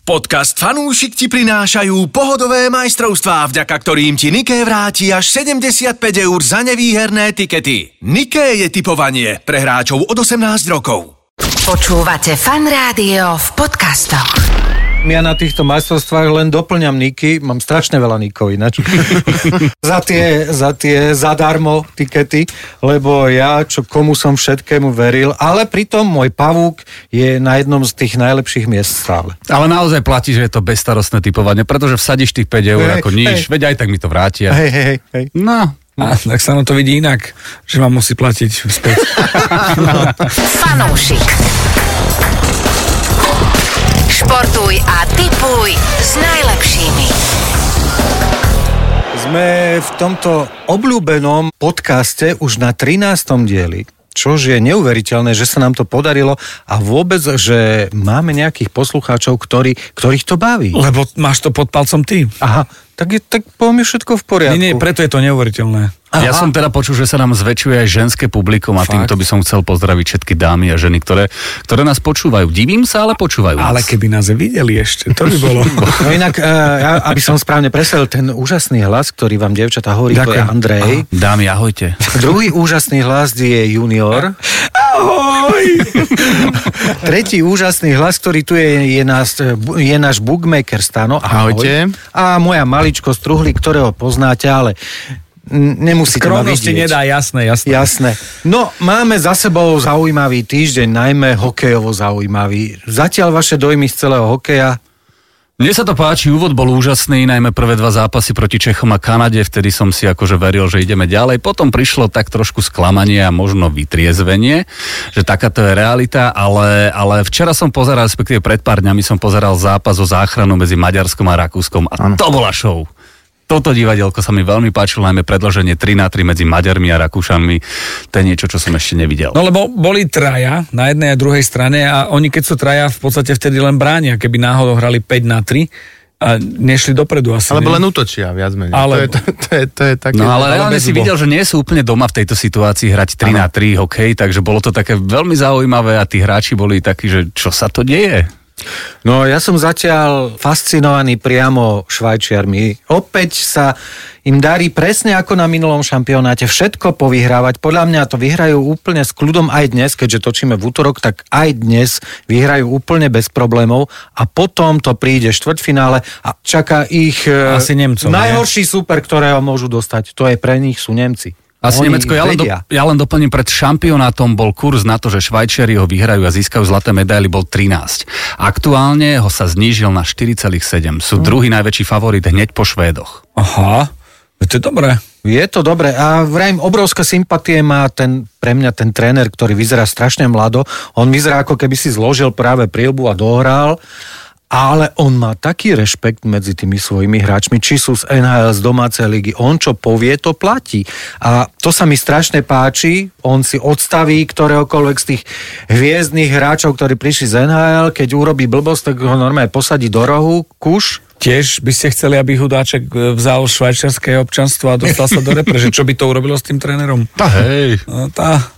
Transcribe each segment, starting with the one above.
Podcast Fanúšik ti prinášajú pohodové majstrovstvá, vďaka ktorým ti Niké vráti až 75 € za nevýherné tikety. Niké je tipovanie pre hráčov od 18 rokov. Počúvate Fan Rádio v podcastoch. Ja na týchto majstrovstvách len doplňam niky, mám strašne veľa nikov ináč. za tie zadarmo tikety, lebo ja, komu som všetkému veril, ale pritom môj pavúk je na jednom z tých najlepších miest stále. Ale naozaj platí, že je to bezstarostné typovanie, pretože vsadíš tých 5 € ako nič, veď aj tak mi to vrátia. Hej. No. A tak sa nám to vidí inak, že vám musí platiť späť. No. Fanúšik. Športuj a tipuj s najlepšími. Sme v tomto obľúbenom podcaste už na 13. dieli, čož je neuveriteľné, že sa nám to podarilo a vôbec, že máme nejakých poslucháčov, ktorých to baví. Lebo máš to pod palcom ty. Aha, tak povieme všetko v poriadku. Nie, preto je to neuveriteľné. Aha. Ja som teda počul, že sa nám zväčšuje aj ženské publikum a týmto by som chcel pozdraviť všetky dámy a ženy, ktoré nás počúvajú. Divím sa, ale počúvajú nás. Ale keby nás videli ešte, to by bolo. No inak, aby som správne preselil ten úžasný hlas, ktorý vám dievčatá hovorí, to je Andrej. Dámy, ahojte. Druhý úžasný hlas je Junior. Ahoj! Tretí úžasný hlas, ktorý tu je náš bookmaker Stano. Ahojte. A moja maličko Struhli, ktorého poznáte, ale nemusíte ma vidieť. Nedá, jasné. No, máme za sebou zaujímavý týždeň, najmä hokejovo zaujímavý. Zatiaľ vaše dojmy z celého hokeja? Mne sa to páči, úvod bol úžasný, najmä prvé 2 zápasy proti Čechom a Kanade, vtedy som si akože veril, že ideme ďalej. Potom prišlo tak trošku sklamanie a možno vytriezvenie, že takáto je realita, ale včera som pozeral, respektíve pred pár dňami som pozeral zápas o záchranu medzi Maďarskom a Rakúskom a to bola show. Toto divadielko sa mi veľmi páčilo, najmä predĺženie 3-3 medzi Maďarmi a Rakúšanmi. To je niečo, čo som ešte nevidel. No lebo boli traja na jednej a druhej strane a oni keď sú traja v podstate vtedy len bránia, keby náhodou hrali 5-3 a nešli dopredu asi. Alebo len útočia, viac menej. To je také... No ale reálne si videl, že nie sú úplne doma v tejto situácii hrať 3-3 hokej, takže bolo to také veľmi zaujímavé a tí hráči boli takí, že čo sa to deje? No, ja som zatiaľ fascinovaný priamo Švajčiarmi. Opäť sa im darí presne ako na minulom šampionáte všetko povyhrávať. Podľa mňa to vyhrajú úplne s kľudom aj dnes, keďže točíme v útorok, tak aj dnes vyhrajú úplne bez problémov a potom to príde štvrťfinále a čaká ich asi Nemcov, najhorší súper, ktorého môžu dostať. To je pre nich sú Nemci. Asi Nemecko, ja len doplním, pred šampionátom bol kurz na to, že Švajčiari ho vyhrajú a získajú zlaté medaily, bol 13. Aktuálne ho sa znížil na 4,7. Sú druhý najväčší favorit hneď po Švédoch. Aha, to je dobré. Je to dobré a vrajím, obrovská sympatie má pre mňa ten tréner, ktorý vyzerá strašne mlado. On vyzerá, ako keby si zložil práve príľbu a dohral. Ale on má taký rešpekt medzi tými svojimi hráčmi, či sú z NHL, z domácej ligy. On čo povie, to platí. A to sa mi strašne páči. On si odstaví ktoréhokoľvek z tých hviezdnych hráčov, ktorí prišli z NHL. Keď urobí blbosť, tak ho normálne posadí do rohu. Kuš. Tiež by ste chceli, aby Hudáček vzal švajčiarske občanstvo a dostal sa do repre, že čo by to urobilo s tým trénerom? Hej. No,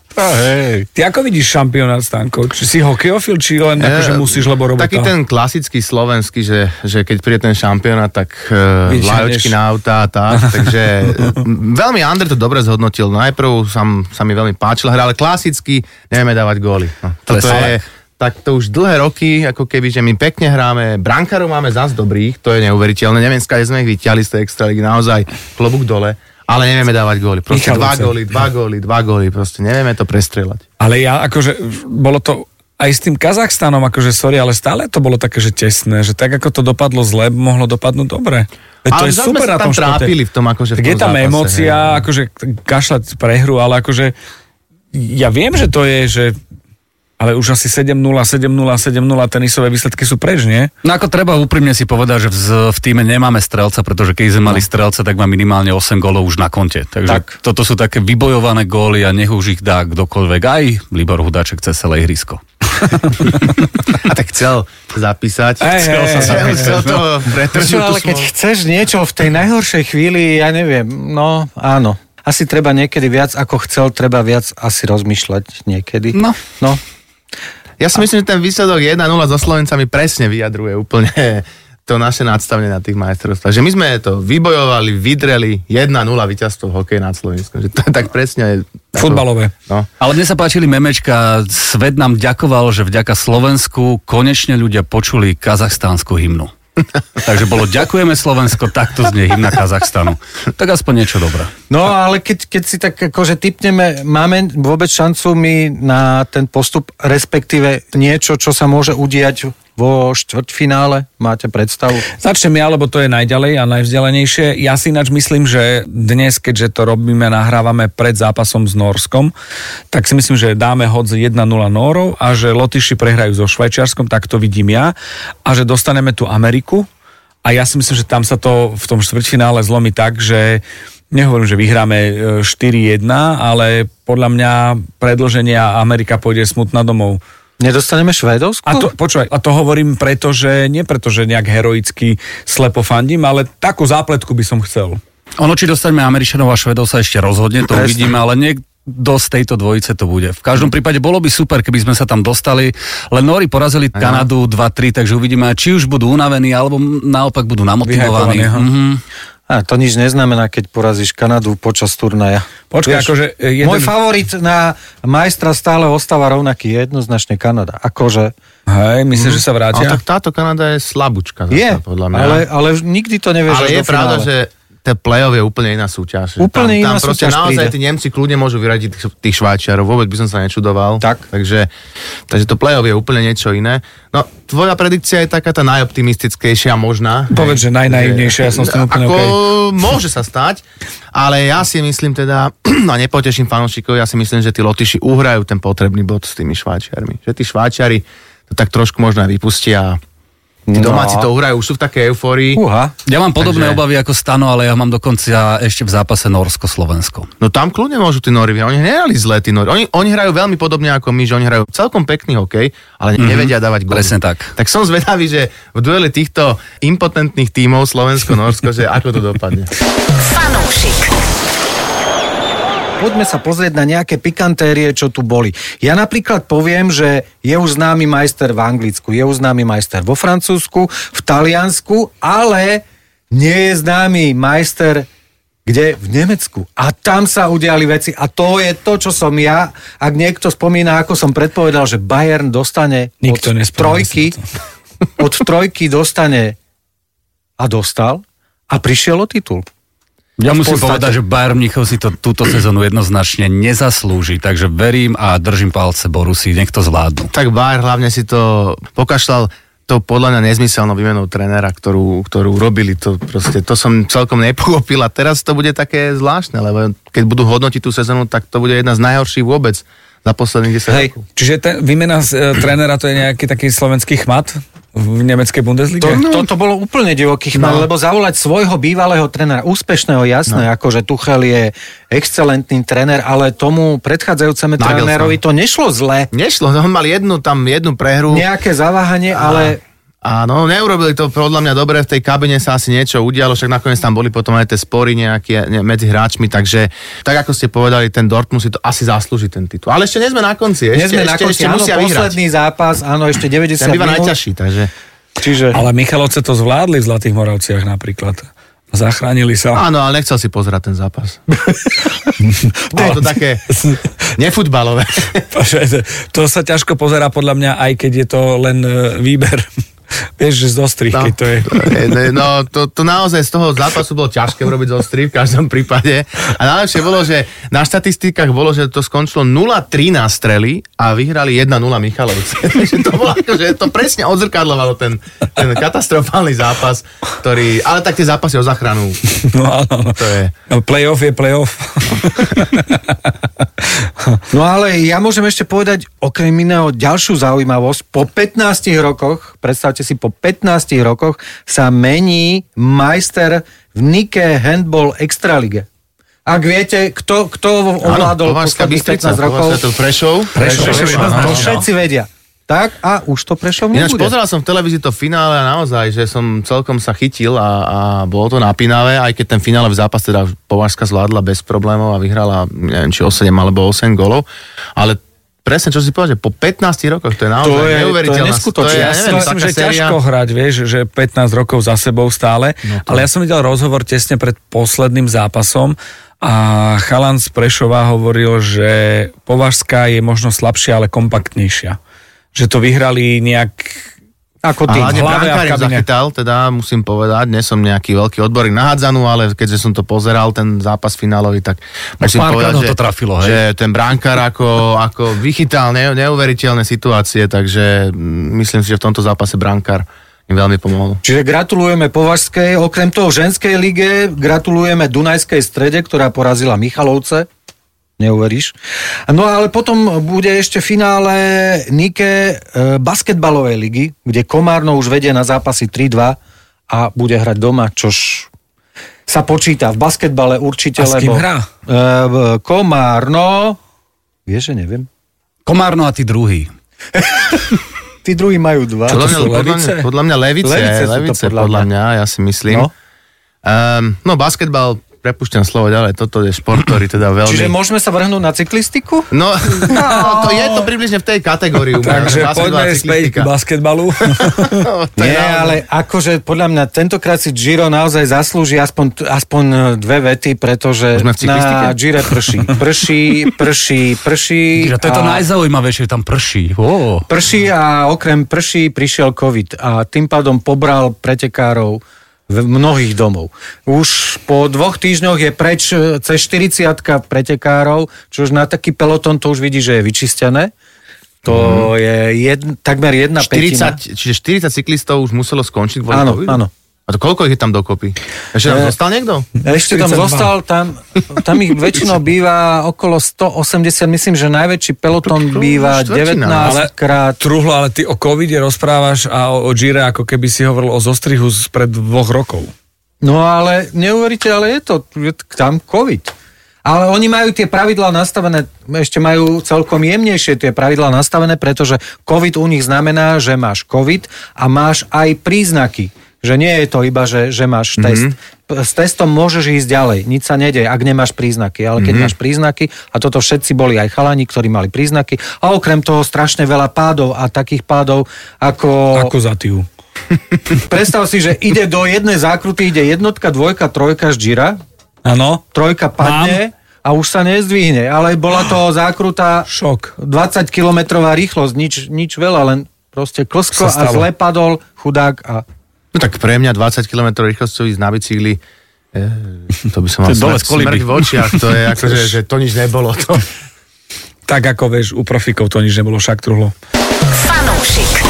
hej. Ty ako vidíš šampionát, Stanko? Či si hokejofil, či len akože musíš, lebo robota? Taký ten klasický slovenský, že keď príde ten šampionát, tak vlajočky na auta a tak. Takže veľmi Andrej to dobre zhodnotil. Najprv sa mi veľmi páčila hra, ale klasicky nevieme dávať góly. No, toto je... Tak to už dlhé roky, ako keby, že my pekne hráme, brankárov máme zas dobrých, to je neuveriteľné, neviem, skade sme ich vyťahli z tej extraligy, naozaj klobúk dole, ale nevieme dávať góly, proste 2 góly, proste nevieme to prestrieľať. Ale ja, akože, bolo to aj s tým Kazachstanom, akože sorry, ale stále to bolo také, že tesné, že tak ako to dopadlo zle, mohlo dopadnúť dobre. To je super na tom športe. Trápili v tom, akože tak v tom je tam zápase, emócia, akože kašľať prehru, ale akože ja viem, že to je, že ale už asi 7-0, tenisové výsledky sú preč, nie? No ako treba úprimne si povedať, že v týme nemáme strelca, pretože keď sme mali strelca, tak má minimálne 8 gólov už na konte. Takže toto sú také vybojované góly a nech už ich dá kdokoľvek, aj Libor Hudáček cez celé ihrisko. A tak chcel zapísať. Chcel to pretrhnúť. Ale keď chceš niečo v tej najhoršej chvíli, ja neviem, no áno. Asi treba niekedy viac ako chcel, treba viac asi rozmýšľať niekedy. No. Ja si myslím, že ten výsledok 1-0 so Slovencami presne vyjadruje úplne to naše nadstavenie na tých majstrovstvách. Že my sme to vybojovali, vydreli 1-0 víťazstvo v hokeji nad Slovenskom. Že to je tak presne... Futbalové. No. Ale mne sa páčili memečka, svet nám ďakoval, že vďaka Slovensku konečne ľudia počuli kazachstánsku hymnu. Takže bolo ďakujeme Slovensko, takto znie hymna Kazachstanu. Tak aspoň niečo dobré. No ale keď si tak akože tipneme, máme vôbec šancu my na ten postup, respektíve niečo, čo sa môže udiať vo štvrťfinále? Máte predstavu? Začnem ja, lebo to je najďalej a najvzdialenejšie. Ja si ináč myslím, že dnes, keďže to robíme, nahrávame pred zápasom s Nórskom, tak si myslím, že dáme hod 1-0 Nórov a že Lotyši prehrajú so Švajčiarskom, tak to vidím ja, a že dostaneme tu Ameriku a ja si myslím, že tam sa to v tom štvrťfinále zlomí tak, že nehovorím, že vyhráme 4-1, ale podľa mňa predĺženie a Amerika pôjde smutná domov. Nedostaneme Švédovsko? A to hovorím nie preto, že nejak heroicky slepo fandím, ale takú zápletku by som chcel. Ono, či dostaneme Američanov a Švedov sa ešte rozhodne, to uvidíme, ale niekto z tejto dvojice to bude. V každom prípade bolo by super, keby sme sa tam dostali, len Nóri porazili Kanadu 2-3, takže uvidíme, či už budú unavení, alebo naopak budú namotivovaní. A to nič neznamená, keď porazíš Kanadu počas turnaja. Počkaj, akože... Môj favorit na majstra stále ostáva rovnaký, jednoznačne Kanada. Akože... Hej, myslíš, že sa vrátia? Ale tak táto Kanada je slabúčka. Podľa mňa. Ale nikdy to nevieš. Ale je pravda, že ten play-off je úplne iná súťaž. Úplne iná súťaž naozaj tí Nemci kľudne môžu vyradiť tých Švajčiarov, vôbec by som sa nečudoval. Takže to play-off je úplne niečo iné. No, tvoja predikcia je taká tá najoptimistickejšia možná. Povedz, že najnaivnejšia, ja som s tým úplne okej. Môže sa stať, ale ja si myslím teda, a nepoteším fanúšikov, ja si myslím, že tí Lotyši uhrajú ten potrebný bod s tými Švajčiarmi. Že tí Švajčiari to tak trošku možno vypustia. Tí domáci to uhrajú, už sú v takej eufórii. Ja mám podobné obavy ako Stano, ale ja mám dokonca ešte v zápase Nórsko-Slovensko. No tam kľudne môžu tí Nóri, oni nehrali zle tí Nóri. Oni hrajú veľmi podobne ako my, že oni hrajú celkom pekný hokej, ale nevedia dávať góly. Presne tak. Tak som zvedavý, že v duele týchto impotentných tímov Slovensko-Nórsko, že ako to dopadne. Fanúšik. Poďme sa pozrieť na nejaké pikantérie, čo tu boli. Ja napríklad poviem, že je už známy majster v Anglicku, je už známy majster vo Francúzsku, v Taliansku, ale nie je známy majster kde? V Nemecku. A tam sa udiali veci a to je to, čo som ja. Ak niekto spomína, ako som predpovedal, že Bayern dostane od trojky dostane a dostal a prišiel o titul. Ja musím povedať, že Bayern Mníchov si to túto sezónu jednoznačne nezaslúži, takže verím a držím palce Borussii, nech to zvládnu. Tak Bayern hlavne si to pokašľal to podľa mňa nezmyselnou výmenou trénera, ktorú robili, to som celkom nepochopil a teraz to bude také zvláštne, lebo keď budú hodnotiť tú sezónu, tak to bude jedna z najhorších vôbec za posledných 10 rokov. Čiže výmena trénera to je nejaký taký slovenský chmat v nemeckej Bundeslige? To bolo úplne divoký chmat, lebo zavolať svojho bývalého trénera, úspešného, jasné, akože Tuchel je excelentný tréner, ale tomu predchádzajúcemu trénerovi to nešlo zle. Nešlo, on mal jednu prehru. Nejaké zaváhanie, ale... Áno, neurobili to podľa mňa dobre, v tej kabine sa asi niečo udialo, však nakoniec tam boli potom aj tie spory nejaké medzi hráčmi, takže tak ako ste povedali, ten Dortmund si to asi zaslúži ten titul. Ale ešte nie sme na konci, ešte musia vyhrať. Posledný zápas, áno, ešte 90 minút. Ten býva najťažší, takže... Ale Michalovce to zvládli v Zlatých Moravciach napríklad. Zachránili sa. Áno, ale nechcel si pozerať ten zápas. Bolo to také nefutbalové. To sa ťažko pozerá podľa mňa, aj keď je to len výber. Vieš, že z ostrých, keď to je. No, to naozaj z toho zápasu bolo ťažké urobiť z ostrých v každom prípade. A najlepšie bolo, že na štatistikách bolo, že to skončilo 0-3 na strely a vyhrali 1-0 Michalovce. Takže to bolo ako, že to presne odzrkadlovalo ten katastrofálny zápas, ktorý... Ale tak tie zápasy o záchranu. No áno. To je... Playoff je playoff. No ale ja môžem ešte povedať okrem iného ďalšiu zaujímavosť. Po 15 rokoch, predstavte si, po 15 rokoch sa mení majster v Nike Handball Extralige. Ak viete, kto ovládol posledných 15 rokov? Prešov. To všetci vedia. Tak a už to Prešov nebude. Ináč pozeral som v televízii to finále a naozaj, že som celkom sa chytil a bolo to napínavé, aj keď ten finále v zápase teda Považská zvládla bez problémov a vyhrala, neviem, či 7 alebo 8 golov, ale presne, čo si povedal, že po 15 rokoch, to je naozaj neuveriteľné. To je neskutočné. Ja si myslím, že ťažko hrať, vieš, že 15 rokov za sebou stále, ale ja som videl rozhovor tesne pred posledným zápasom a chalan z Prešova hovoril, že Považská je možno slabšia, ale kompaktnejšia. Že to vyhrali nejak ako tým. A hlavne brankárim zachytal, teda musím povedať, nie som nejaký veľký odborník na hádzanú, ale keďže som to pozeral, ten zápas finálový, tak musím povedať, to trafilo, že ten brankár ako vychytal neuveriteľné situácie, takže myslím si, že v tomto zápase brankár im veľmi pomohol. Čiže gratulujeme Považskej, okrem toho ženskej lige, gratulujeme Dunajskej Strede, ktorá porazila Michalovce. Neuveríš. No ale potom bude ešte finále Nike basketbalovej ligy, kde Komárno už vedie na zápasy 3-2 a bude hrať doma, čož sa počíta v basketbale určite, a s kým hrá? Komárno, vieš, že neviem. Komárno a tí druhí. Tí druhí majú 2. Podľa mňa Levice, podľa mňa, ja si myslím. No basketbal, prepúšťam slovo ďalej, toto je šport, ktorý teda veľmi... Čiže môžeme sa vrhnúť na cyklistiku? No, to je to približne v tej kategórii. Takže poďme späť k basketbalu. Nie, ale akože podľa mňa tentokrát si Giro naozaj zaslúži aspoň 2 vety, pretože na Gire prší. To je to najzaujímavejšie, tam prší. Prší a okrem prší prišiel COVID a tým pádom pobral pretekárov v mnohých domov. Už po 2 týždňoch je preč cez 40 pretekárov, čo už na taký peloton to už vidí, že je vyčistené. To je takmer 1/5. Čiže 40 cyklistov už muselo skončiť kvôli covidu? Áno. A to koľko ich je tam dokopy? Ešte tam zostal niekto? Ešte tam zostal, tam ich väčšinou býva okolo 180, myslím, že najväčší peloton býva 19 krát. Truhlo, ale ty o covide rozprávaš a o Gire, ako keby si hovoril o zostrihu spred 2 rokov. No ale neuveríte, ale je tam covid. Ale oni majú tie pravidlá nastavené, ešte majú celkom jemnejšie tie pravidlá nastavené, pretože covid u nich znamená, že máš covid a máš aj príznaky. Že nie je to iba, že máš test. S testom môžeš ísť ďalej, nič sa nedeje, ak nemáš príznaky. Ale keď máš príznaky, a toto všetci boli aj chalani, ktorí mali príznaky, a okrem toho strašne veľa pádov a takých pádov ako... Akuzatív. Predstav si, že ide do jednej zákruty, ide 1, 2, 3 z Gira. Áno. 3 padne a už sa nezdvihne. Ale bola to zákruta... Šok. 20-kilometrová rýchlosť, nič veľa, len proste klsko a zle padol chudák a... No tak pre mňa 20 km rýchlosťou ísť na bicykli, to by som mal smrť v očiach, to je akože, že to nič nebolo. To. Tak ako vieš, u profikov to nič nebolo, však truhlo. Fanúšik.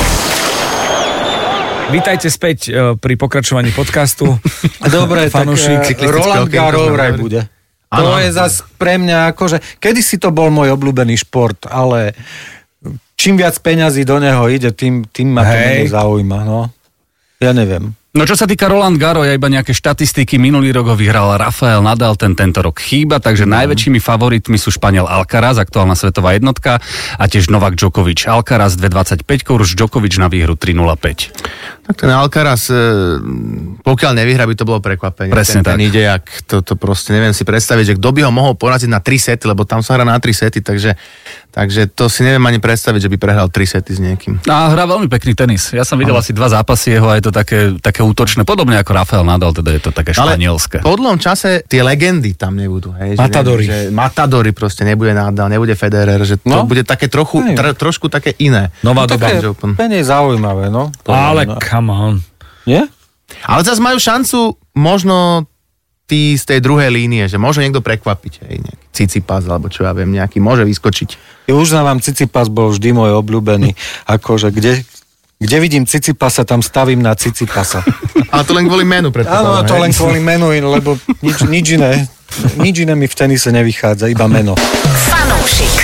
Vítajte späť pri pokračovaní podcastu. Dobre, fanúšik. Tak Roland Garros vraj bude. To je zas pre mňa akože, kedysi to bol môj obľúbený šport, ale čím viac peňazí do neho ide, tým ma to menej zaujíma, no. Ja neviem. No čo sa týka Roland Garros, ja iba nejaké štatistiky. Minulý rok ho vyhral Rafael Nadal, tento rok chýba, takže najväčšími favoritmi sú Španiel Alcaraz, aktuálna svetová jednotka, a tiež Novak Djokovic. Alcaraz 2,25, už Djokovic na výhru 3,05. Tak ten Alcaraz, pokiaľ nevyhrá, by to bolo prekvapenie. Presne tak. Ten ide, ak to proste neviem si predstaviť, že kto by ho mohol poraziť na 3 sety, lebo tam sa hrá na 3 sety, takže to si neviem ani predstaviť, že by prehral 3 sety s niekým. A hrá veľmi pekný tenis. Ja som videl asi 2 zápasy jeho a je to také útočné, podobne ako Rafael Nadal, teda je to také španielské. Ale po dlhom čase tie legendy tam nebudú. Hej, Matadori proste nebude Nadal, nebude Federer, že to bude také trošku také iné. Nová doba. Menej zaujímavé, no. Ale come on. Nie? Ale zase majú šancu možno tí z tej druhej línie, že môže niekto prekvapiť, hej, nejaký Tsitsipas, alebo čo ja viem, nejaký môže vyskočiť. Ja uznávam, Tsitsipas bol vždy môj obľúbený, akože kde vidím Tsitsipasa, tam stavím na Tsitsipasa. Ale to len kvôli menu, predpokladám. Áno, to len kvôli menu, lebo nič iné mi v tenise nevychádza, iba meno. Fanúšik.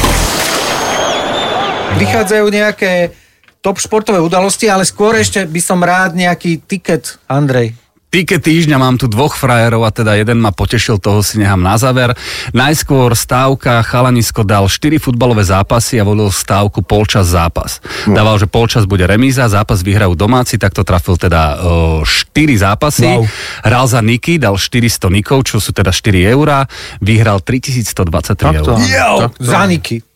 Vychádzajú nejaké top športové udalosti, ale skôr ešte by som rád nejaký tiket, Andrej. Tiket týždňa mám tu 2 frajerov a teda jeden ma potešil, toho si nechám na záver. Najskôr stávka, chalanisko dal 4 futbalové zápasy a volil stávku polčas zápas. Dával, že polčas bude remíza, zápas vyhrajú domáci, tak to trafil teda 4 zápasy. Wow. Hral za Niky, dal 400 nikov, čo sú teda 4 eurá, vyhral 3123 eur. Za Niky.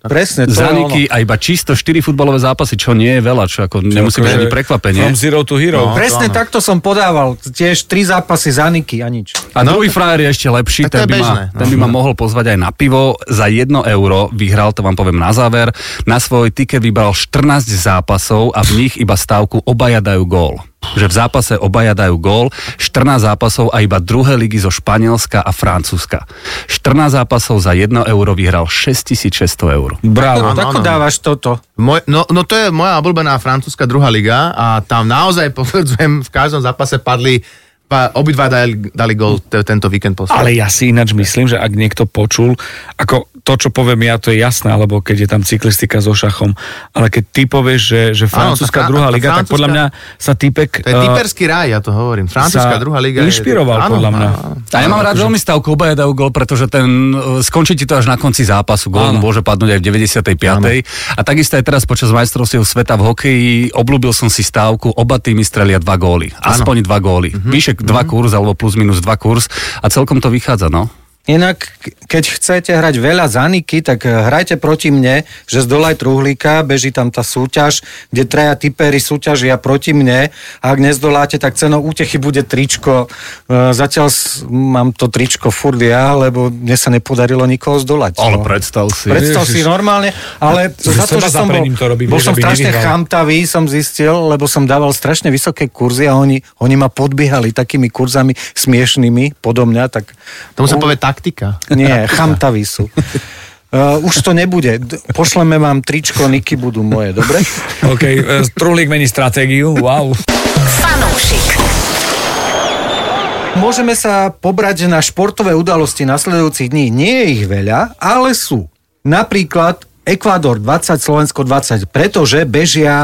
Presne. Za Niky a iba čisto 4 futbalové zápasy, čo nie je veľa, čo ako nemusí byť ani prekvapenie. From zero to hero. Presne takto som podával. Tiež 3 zápasy za Niky a nič. A druhý frajer je ešte lepší, ten by ma mohol pozvať aj na pivo. Za 1 euro vyhral, to vám poviem na záver, na svoj tiket vybral 14 zápasov a v nich iba stávku obaja dajú gól. Že v zápase obaja dajú gól, 14 zápasov a iba druhé ligy zo Španielska a Francúzska. 14 zápasov za 1 euro vyhral 6600 eur. Bravo. Ako dávaš toto? No to je moja obľúbená francúzska druhá liga a tam naozaj potvrdzujem, v každom zápase padli obidva dali gól tento víkend posledný. Ale ja si ináč myslím, že ak niekto počul, ako to, čo poviem ja, to je jasné, alebo keď je tam cyklistika so šachom, ale keď ty povieš, že francúzska druhá liga, tak podľa mňa sa typek... To je typerský ráj, ja to hovorím. Francúzska druhá liga inšpiroval podľa mňa. A ja mám rád veľmi stavku, obaja dajú gól, pretože skončí ti to až na konci zápasu. Gól môže padnúť aj v 95. A takisto aj teraz počas majstrovstiev sveta v hokeji obľúbil som si stávku, oba týmy strelia 2 góly. Aspoň 2 góly. Vyše 2 kurz alebo plus minus 2 kurz a celkom to vychádza, no. Inak, keď chcete hrať veľa za Niky, tak hrajte proti mne, že zdolaj truhlíka, beží tam tá súťaž, kde 3 tipéri súťažia proti mne. A ak nezdoláte, tak cenou útechy bude tričko. Zatiaľ mám to tričko furt ja, lebo mne sa nepodarilo nikoho zdolať. Ale predstav si. Predstav si normálne, ale za to, že som bol som strašne chamtavý, som zistil, lebo som dával strašne vysoké kurzy a oni ma podbiehali takými kurzami smiešnými podo mňa, tak... Tomu sa povie taktika. Nie, chamtaví sú. Už to nebude. Pošleme vám tričko, Niky budú moje, dobre? OK, truhlík mení stratégiu, wow. Fanúšik. Môžeme sa pobrať na športové udalosti nasledujúcich dní. Nie je ich veľa, ale sú. Napríklad Ekvádor 20, Slovensko 20, pretože bežia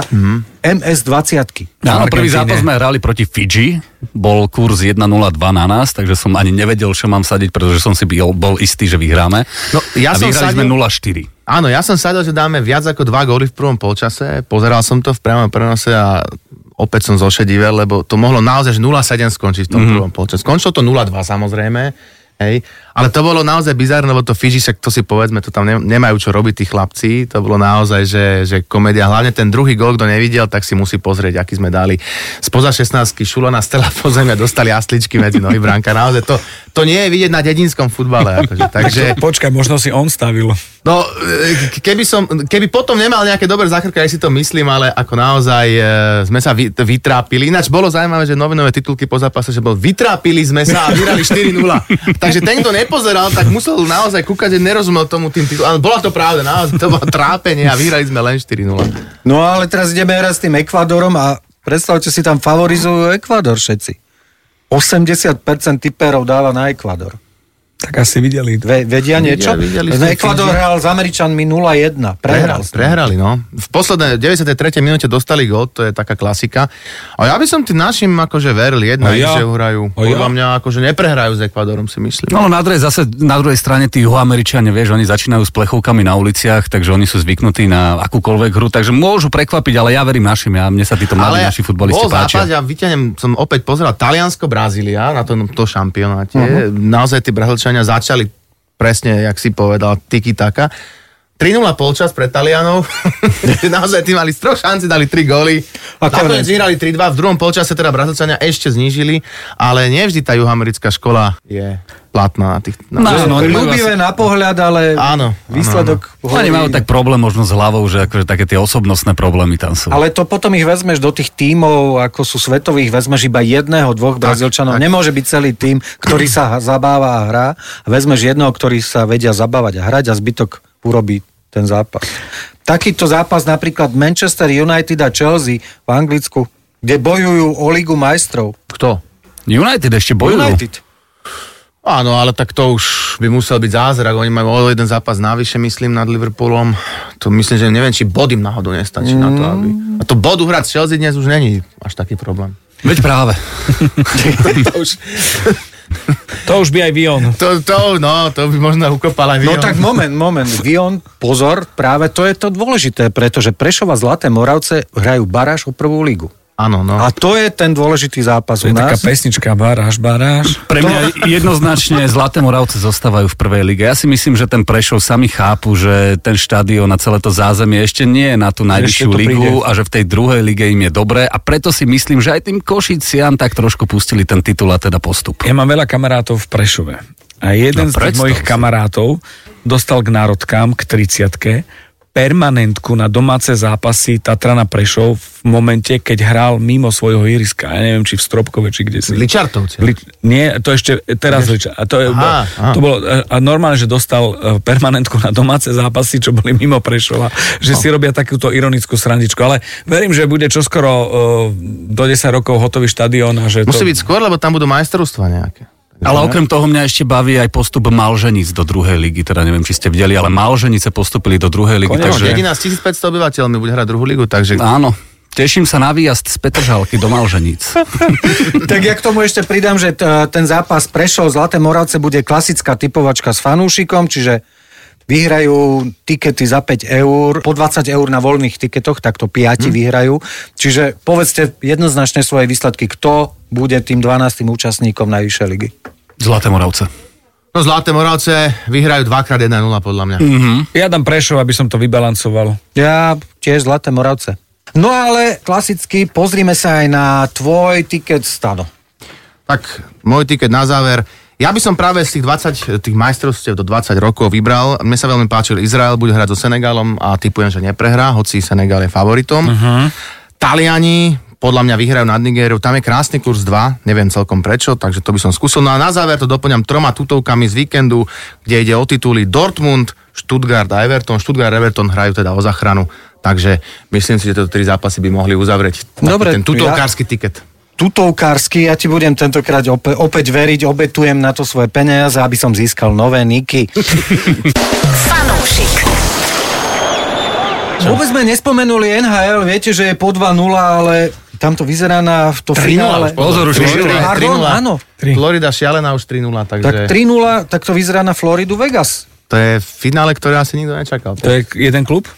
MS-20. Áno, prvý zápas sme hrali proti Fidži, bol kurz 1,02 na nás, takže som ani nevedel, čo mám sadiť, pretože som si bol istý, že vyhráme. No, a vyhrali sme 0,4. Áno, ja som sadil, že dáme viac ako 2 góly v prvom polčase, pozeral som to v priamom prenose a opäť som zošedivel, lebo to mohlo naozaj 0,7 skončiť v tom prvom polčase. Skončilo to 0,2 samozrejme. Hej. Ale to bolo naozaj bizarné, lebo to Fidži, to si povedzme, to tam nemajú čo robiť tí chlapci, to bolo naozaj, že komédia, hlavne ten druhý gól, kto nevidel, tak si musí pozrieť, aký sme dali spoza 16-ky Šulona stela po zemi a dostali jasličky medzi nohy bránka, naozaj to nie je vidieť na dedinskom futbale, akože, takže... Počkaj, možno si on stavil. No, keby potom nemal nejaké dobré zákrky, ja si to myslím, ale ako naozaj sme sa vytrápili, ináč bolo zaujímavé, že novinové titulky po zápase, že vytrápili sme sa a vyhrali 4-0. Takže ten, kto nepozeral, tak musel naozaj kúkať, že nerozumel tomu tým titulom. Ale bola to pravda, naozaj to bolo trápenie a vyhrali sme len 4-0. No ale teraz ideme hrať s tým Ekvádorom a predstavte si, tam favorizujú Ekvádor všetci. 80% tipérov dáva na Ekvádor. Tak asi videli. Vedia niečo? Ekvádor hral s Američanmi 0-1. Prehrali, no. V poslednej 93. minúte dostali gól, to je taká klasika. A ja by som tým našim akože veril že hrajú. Podľa mňa akože neprehrajú s Ekvádorom, si myslím. No na druhej strane tí Juhoameričania, vieš, oni začínajú s plechovkami na uliciach, takže oni sú zvyknutí na akúkoľvek hru, takže môžu prekvapiť, ale ja verím našim, mne sa títo mladí naši futbalisti páčia. Ja vyťahnem, som opäť pozeral Taliansko-Brazília na tomto šampionáte. Naozaj tí Brazílčania začali presne, jak si povedal, tiki-taka. 3-0 polčas pre Talianov. Naozaj tí mali z 3 šanci, dali 3 góly. Nakoniec vyhrali 3-2. V druhom polčase teda Brazílčania ešte znížili, ale nevždy tá juhoamerická škola je platná na tých... ľúbivé na pohľad, ale výsledok... Oni majú tak problém možno s hlavou, že akože také tie osobnostné problémy tam sú. Ale to potom ich vezmeš do tých tímov, ako sú svetových, vezmeš iba 1-2 Brazílčanov. Nemôže byť celý tím, ktorý sa zabáva a hrá. Vezmeš jednoho, ktorý sa vedia zabávať a hrať a zbytok urobí ten zápas. Takýto zápas napríklad Manchester United a Chelsea v Anglicku, kde bojujú o Ligu majstrov. Kto? United ešte bojujú. United. Áno, ale tak to už by musel byť zázrak. Oni majú o jeden zápas navyše, myslím, nad Liverpoolom. To myslím, že neviem, či bod im náhodou nestačí na to, aby... A to bodu hrať Chelsea dnes už není až taký problém. Veď práve. To už by aj Vion. To by možno ukopal aj Vion. No tak moment. Vion, pozor, práve to je to dôležité, pretože Prešov a Zlaté Moravce hrajú baráž o prvú ligu. Áno, no. A to je ten dôležitý zápas To je u nás. taká pesnička Baráš. Pre mňa jednoznačne Zlaté Moravce zostávajú v prvej lige. Ja si myslím, že ten Prešov sami chápu, že ten štadión a celé to zázemie ešte nie je na tú najvyššiu Ešte to ligu príde. a že v tej druhej lige im je dobré a preto si myslím, že aj tým Košiciam tak trošku pustili ten titul a teda postup. Ja mám veľa kamarátov v Prešove. A jeden z tých predstav mojich si. kamarátov dostal k národkám, k 30-ke, permanentku na domáce zápasy Tatrana Prešov v momente, keď hral mimo svojho ihriska. Ja neviem, či v Stropkove, či kde si. Ličartovci. Nie, to ešte teraz A to, Aha. to bolo a normálne, že dostal permanentku na domáce zápasy, čo boli mimo Prešova, že si robia takúto ironickú srandičku. Ale verím, že bude čoskoro do 10 rokov hotový štadión. Musí byť skôr, lebo tam budú majstrovstvá nejaké. Ale okrem toho mňa ešte baví aj postup Malženic do druhej ligy, teda neviem, či ste videli, ale Malženice postupili do druhej ligy. Takže... Jediná s 1500 obyvateľmi bude hrať druhú ligu, takže... Áno, teším sa na výjazd z Petržalky do Malženic. Tak ja k tomu ešte pridám, že ten zápas Prešov Zlaté Moravce bude klasická typovačka s fanúšikom, čiže vyhrajú tikety za 5 eur, po 20 eur na voľných tiketoch, tak to 5 vyhrajú. Čiže povedzte jednoznačne svoje výsledky, kto bude tým 12. účastníkom najvyššej ligy. Zlaté Moravce. No Zlaté Moravce vyhrajú 2x1-0 podľa mňa. Ja dám Prešov, aby som to vybalancoval. Ja tiež Zlaté Moravce. No ale klasicky pozrime sa aj na tvoj tiket, Stano. Tak, môj tiket na záver. Ja by som práve z tých majstrovstiev do 20 rokov vybral. Mne sa veľmi páčil Izrael, bude hrať so Senegalom a typujem, že neprehrá, hoci Senegal je favoritom. Taliani podľa mňa vyhrajú nad Nigériou, tam je krásny kurz 2, neviem celkom prečo, takže to by som skúsil. No a na záver to doplňam 3 tutovkami z víkendu, kde ide o tituly Dortmund, Stuttgart a Everton. Stuttgart a Everton hrajú teda o záchranu, takže myslím si, že tieto 3 zápasy by mohli uzavrieť Dobre, ten tutovkársky tiket. Tutovkársky, ja ti budem tentokrát opäť veriť, obetujem na to svoje peniaze, aby som získal nové niky. Fanúšik. Vôbec sme nespomenuli NHL, viete, že je po 2-0, ale tam to vyzerá na to 3-0 finále. Pozor, už Pardon, áno. Florida šialená už 3-0, takže... Tak 3-0, tak to vyzerá na Floridu Vegas. To je finále, ktoré asi nikto nečakal. To je jeden klub?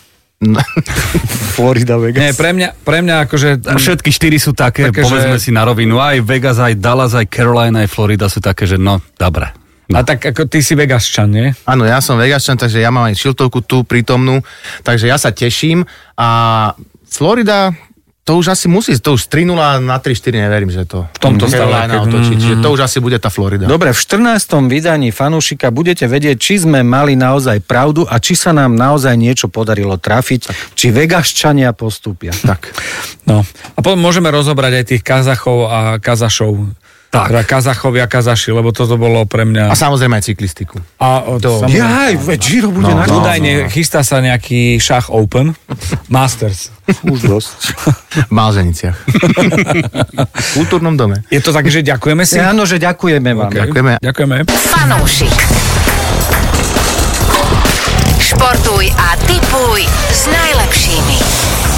Florida Vegas. Nie, pre mňa akože... Všetky 4 sú také, povedzme si na rovinu. Aj Vegas, aj Dallas, aj Carolina, aj Florida sú také, že no, dobre. A tak ako ty si Vegasčan, nie? Áno, ja som Vegasčan, takže ja mám aj šiltovku tu prítomnú, takže ja sa teším a Florida, to už asi musí, to už 3-0 na 3-4 neverím, že to v tomto Carolina otočí, čiže to už asi bude tá Florida. Dobre, v 14. vydaní fanúšika budete vedieť, či sme mali naozaj pravdu a či sa nám naozaj niečo podarilo trafiť, či Vegasčania postúpia. Tak. No. A potom môžeme rozobrať aj tých Kazachov a Kazašov. Tak. Teda Kazachovia, Kazaši, lebo toto bolo pre mňa... A samozrejme aj cyklistiku. Jaj, Giro bude na Údajne chystá sa nejaký šach Open, Masters. Už dosť. V Malženiciach. V kultúrnom dome. Je to také, že ďakujeme si? Áno, že ďakujeme vám. Ďakujeme. Ďakujeme. Fanúšik. Športuj a tipuj s najlepšími.